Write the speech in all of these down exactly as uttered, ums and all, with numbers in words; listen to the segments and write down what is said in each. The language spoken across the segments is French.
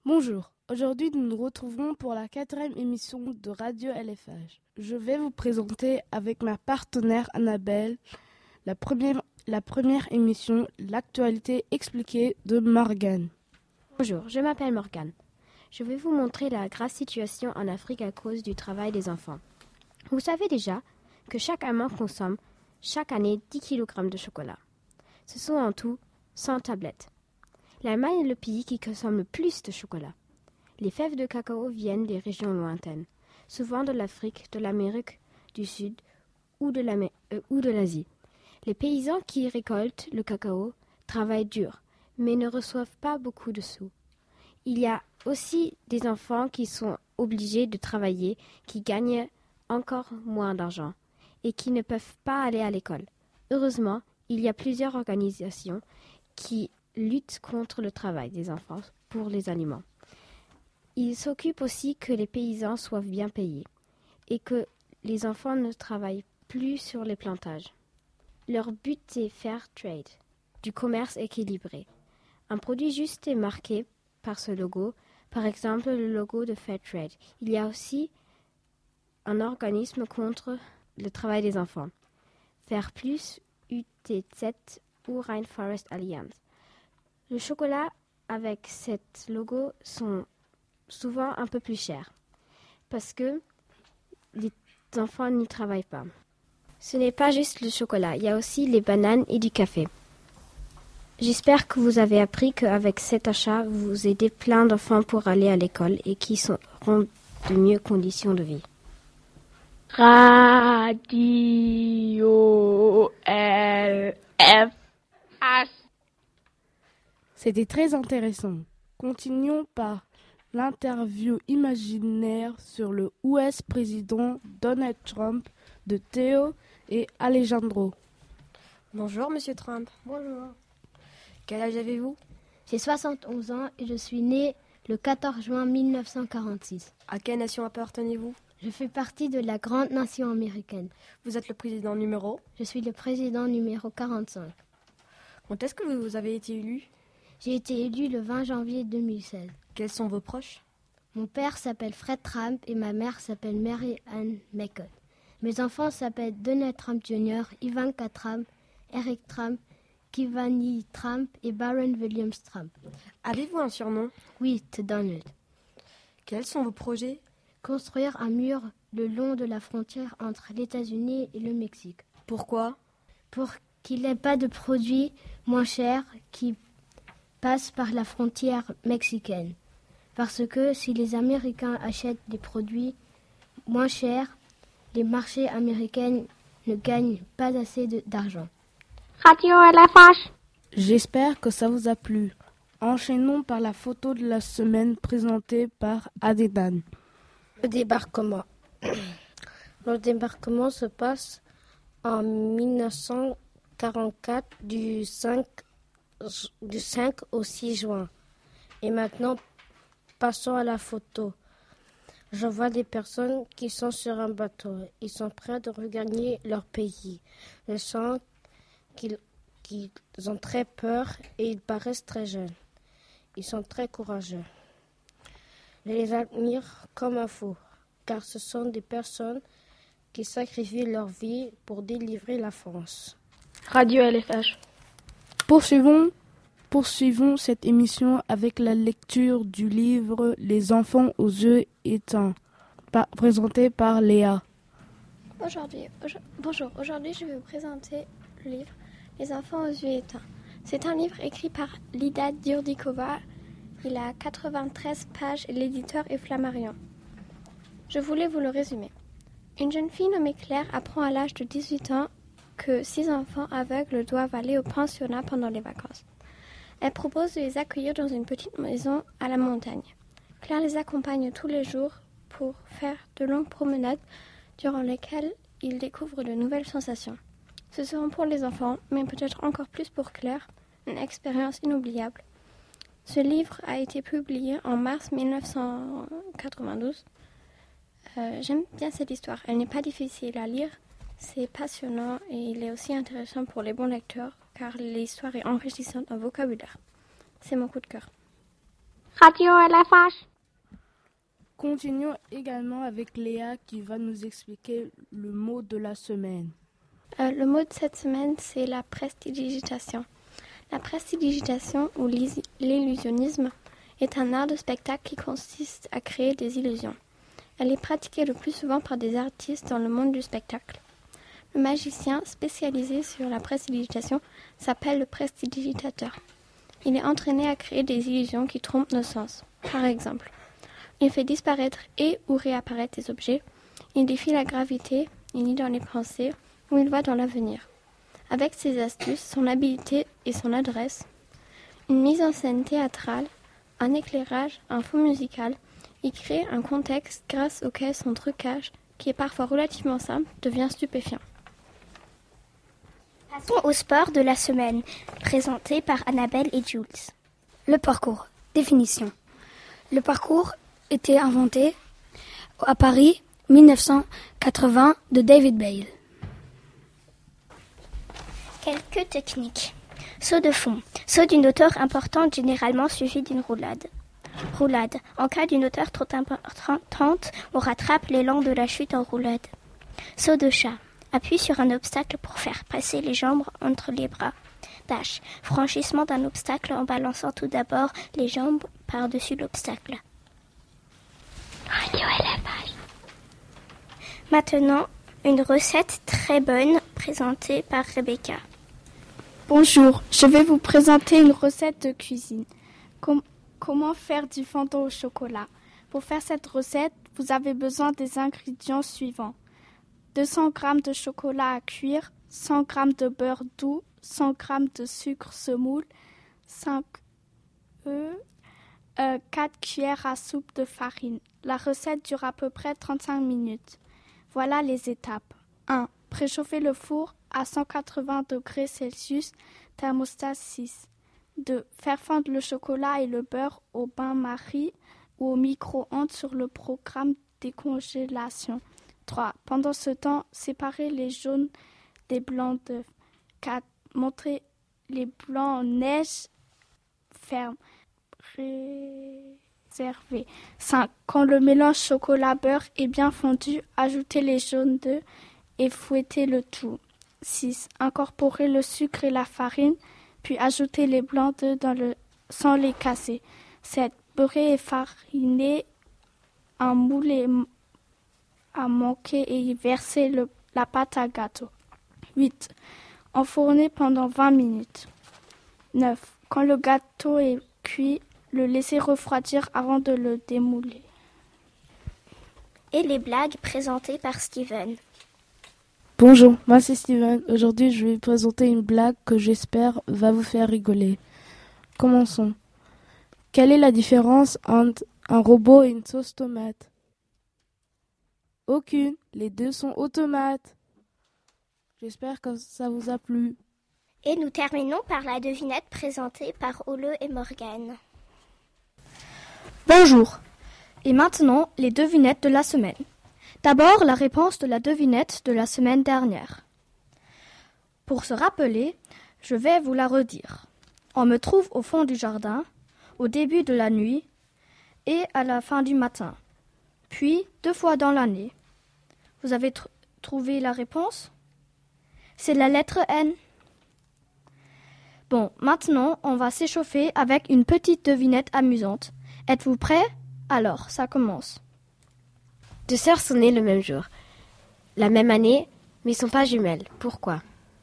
Bonjour, aujourd'hui nous nous retrouvons pour la quatrième émission de Radio L F H. Je vais vous présenter avec ma partenaire Annabelle la première, la première émission, l'actualité expliquée de Morgane. Bonjour, je m'appelle Morgane. Je vais vous montrer la grave situation en Afrique à cause du travail des enfants. Vous savez déjà que chaque Allemand consomme chaque année dix kilogrammes de chocolat. Ce sont en tout cent tablettes. L'Allemagne est le pays qui consomme le plus de chocolat. Les fèves de cacao viennent des régions lointaines, souvent de l'Afrique, de l'Amérique du Sud ou de, l'Amé- euh, ou de l'Asie. Les paysans qui récoltent le cacao travaillent dur, mais ne reçoivent pas beaucoup de sous. Il y a aussi des enfants qui sont obligés de travailler, qui gagnent encore moins d'argent et qui ne peuvent pas aller à l'école. Heureusement, il y a plusieurs organisations qui luttent contre le travail des enfants pour les aliments. Ils s'occupent aussi que les paysans soient bien payés et que les enfants ne travaillent plus sur les plantages. Leur but est Fair Trade, du commerce équilibré. Un produit juste est marqué par ce logo, par exemple le logo de Fair Trade. Il y a aussi un organisme contre le travail des enfants, Fair Plus, U T Z ou Rainforest Alliance. Le chocolat avec cet logo sont souvent un peu plus chers parce que les enfants n'y travaillent pas. Ce n'est pas juste le chocolat, il y a aussi les bananes et du café. J'espère que vous avez appris qu'avec cet achat, vous aidez plein d'enfants pour aller à l'école et qui auront de mieux conditions de vie. Radio L F H. C'était très intéressant. Continuons par l'interview imaginaire sur le U S président Donald Trump de Théo et Alejandro. Bonjour Monsieur Trump. Bonjour. Quel âge avez-vous? J'ai soixante-onze ans et je suis né le quatorze juin mille neuf cent quarante-six. À quelle nation appartenez-vous? Je fais partie de la grande nation américaine. Vous êtes le président numéro? Je suis le président numéro quarante-cinq. Quand est-ce que vous avez été élu? J'ai été élu le vingt janvier deux mille seize. Quels sont vos proches? Mon père s'appelle Fred Trump et ma mère s'appelle Mary Ann McCott. Mes enfants s'appellent Donald Trump junior, Ivanka Trump, Eric Trump, Kivani Trump et Baron Williams Trump. Avez-vous un surnom? Oui, c'est Donald. Quels sont vos projets? Construire un mur le long de la frontière entre les États-Unis et le Mexique. Pourquoi? Pour qu'il n'y ait pas de produits moins chers qui passent par la frontière mexicaine. Parce que si les Américains achètent des produits moins chers, les marchés américains ne gagnent pas assez de, d'argent. Radio L F H. J'espère que ça vous a plu. Enchaînons par la photo de la semaine présentée par Adédan. Le débarquement. Le débarquement se passe en mille neuf cent quarante-quatre du cinq, du cinq au six juin. Et maintenant, passons à la photo. Je vois des personnes qui sont sur un bateau. Ils sont prêts de regagner leur pays. Je sens qu'ils, qu'ils ont très peur et ils paraissent très jeunes. Ils sont très courageux. Je les admire comme un fou, car ce sont des personnes qui sacrifient leur vie pour délivrer la France. Radio L F H. Poursuivons, poursuivons cette émission avec la lecture du livre Les enfants aux yeux éteints, par, présenté par Léa. Aujourd'hui, aujourd- bonjour, aujourd'hui je vais vous présenter le livre Les enfants aux yeux éteints. C'est un livre écrit par Lida Djurdikova. Il a quatre-vingt-treize pages et l'éditeur est Flammarion. Je voulais vous le résumer. Une jeune fille nommée Claire apprend à l'âge de dix-huit ans que six enfants aveugles doivent aller au pensionnat pendant les vacances. Elle propose de les accueillir dans une petite maison à la montagne. Claire les accompagne tous les jours pour faire de longues promenades durant lesquelles ils découvrent de nouvelles sensations. Ce seront pour les enfants, mais peut-être encore plus pour Claire, une expérience inoubliable. Ce livre a été publié en mars mille neuf cent quatre-vingt-douze. Euh, j'aime bien cette histoire. Elle n'est pas difficile à lire, c'est passionnant et il est aussi intéressant pour les bons lecteurs car l'histoire est enrichissante en vocabulaire. C'est mon coup de cœur. Radio L F H. Continuons également avec Léa qui va nous expliquer le mot de la semaine. Euh, le mot de cette semaine, c'est la prestidigitation. La prestidigitation ou l'illusionnisme est un art de spectacle qui consiste à créer des illusions. Elle est pratiquée le plus souvent par des artistes dans le monde du spectacle. Le magicien spécialisé sur la prestidigitation s'appelle le prestidigitateur. Il est entraîné à créer des illusions qui trompent nos sens. Par exemple, il fait disparaître et ou réapparaître des objets, il défie la gravité, il lit dans les pensées ou il voit dans l'avenir. Avec ses astuces, son habileté et son adresse, une mise en scène théâtrale, un éclairage, un fond musical, il crée un contexte grâce auquel son trucage, qui est parfois relativement simple, devient stupéfiant. Passons au sport de la semaine, présenté par Annabelle et Jules. Le parcours. Définition. Le parcours était inventé à Paris, mille neuf cent quatre-vingts, de David Bale. Quelques techniques. Saut de fond. Saut d'une hauteur importante, généralement suivi d'une roulade. Roulade. En cas d'une hauteur trop importante, on rattrape l'élan de la chute en roulade. Saut de chat. Appuie sur un obstacle pour faire passer les jambes entre les bras. Dash. Franchissement d'un obstacle en balançant tout d'abord les jambes par-dessus l'obstacle. Radio L F H. Maintenant, une recette très bonne présentée par Rebecca. Bonjour, je vais vous présenter une recette de cuisine. Com- comment faire du fondant au chocolat? Pour faire cette recette, vous avez besoin des ingrédients suivants. deux cents grammes de chocolat à cuire, cent grammes de beurre doux, cent grammes de sucre semoule, cinq œufs, euh, quatre cuillères à soupe de farine. La recette dure à peu près trente-cinq minutes. Voilà les étapes. un. Préchauffer le four à cent quatre-vingts degrés Celsius, thermostat six. deux. Faire fondre le chocolat et le beurre au bain-marie ou au micro-ondes sur le programme décongélation. trois. Pendant ce temps, séparer les jaunes des blancs d'œufs. quatre. Montrer les blancs en neige ferme. Réservé. cinq. Quand le mélange chocolat-beurre est bien fondu, ajoutez les jaunes d'œufs et fouettez le tout. six. Incorporer le sucre et la farine, puis ajouter les blancs d'œufs dans le sans les casser. sept. Beurrer et fariner un moule et à manquer et y verser le, la pâte à gâteau. huit. Enfourner pendant vingt minutes. neuf. Quand le gâteau est cuit, le laisser refroidir avant de le démouler. Et les blagues présentées par Steven. Bonjour, moi c'est Steven. Aujourd'hui, je vais vous présenter une blague que j'espère va vous faire rigoler. Commençons. Quelle est la différence entre un robot et une sauce tomate? Aucune. Les deux sont automates. J'espère que ça vous a plu. Et nous terminons par la devinette présentée par Ole et Morgane. Bonjour. Et maintenant, les devinettes de la semaine. D'abord, la réponse de la devinette de la semaine dernière. Pour se rappeler, je vais vous la redire. On me trouve au fond du jardin, au début de la nuit et à la fin du matin, puis deux fois dans l'année. Vous avez tr- trouvé la réponse? C'est la lettre N. Bon, maintenant, on va s'échauffer avec une petite devinette amusante. Êtes-vous prêts? Alors, ça commence. Deux sœurs sont nées le même jour, la même année, mais ne sont pas jumelles. Pourquoi?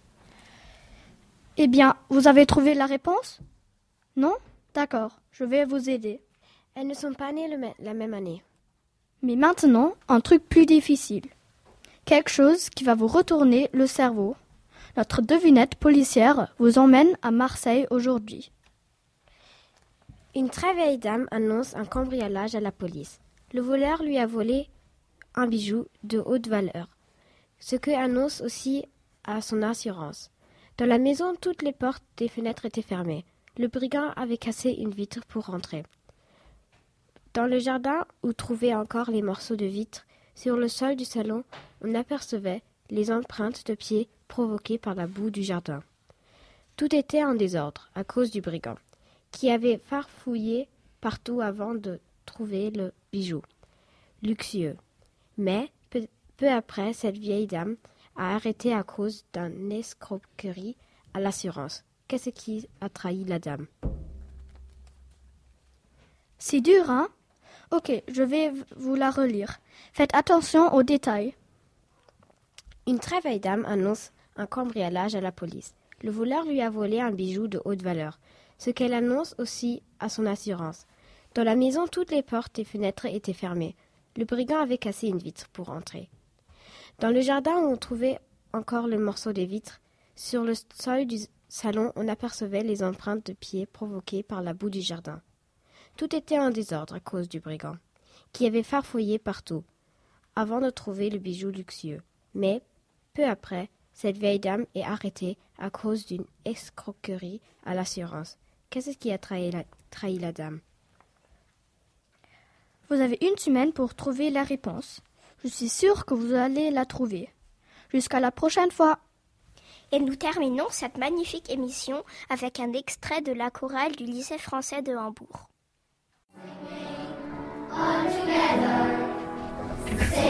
Eh bien, vous avez trouvé la réponse? Non? D'accord, je vais vous aider. Elles ne sont pas nées le me- la même année. Mais maintenant, un truc plus difficile. Quelque chose qui va vous retourner le cerveau. Notre devinette policière vous emmène à Marseille aujourd'hui. Une très vieille dame annonce un cambriolage à la police. Le voleur lui a volé un bijou de haute valeur, ce que annonce aussi à son assurance. Dans la maison, toutes les portes des fenêtres étaient fermées. Le brigand avait cassé une vitre pour rentrer. Dans le jardin, où trouvaient encore les morceaux de vitre, sur le sol du salon, on apercevait les empreintes de pieds provoquées par la boue du jardin. Tout était en désordre à cause du brigand, qui avait farfouillé partout avant de trouver le bijou luxueux. Mais peu, peu après, cette vieille dame a arrêté à cause d'une escroquerie à l'assurance. Qu'est-ce qui a trahi la dame? C'est dur, hein? Ok, je vais vous la relire. Faites attention aux détails. Une très vieille dame annonce un cambriolage à la police. Le voleur lui a volé un bijou de haute valeur, ce qu'elle annonce aussi à son assurance. Dans la maison, toutes les portes et fenêtres étaient fermées. Le brigand avait cassé une vitre pour entrer. Dans le jardin où on trouvait encore le morceau des vitres, sur le sol du salon, on apercevait les empreintes de pieds provoquées par la boue du jardin. Tout était en désordre à cause du brigand, qui avait farfouillé partout, avant de trouver le bijou luxueux. Mais, peu après, cette vieille dame est arrêtée à cause d'une escroquerie à l'assurance. Qu'est-ce qui a trahi la, trahi la dame? Vous avez une semaine pour trouver la réponse. Je suis sûre que vous allez la trouver. Jusqu'à la prochaine fois. Et nous terminons cette magnifique émission avec un extrait de la chorale du lycée français de Hambourg. All together, say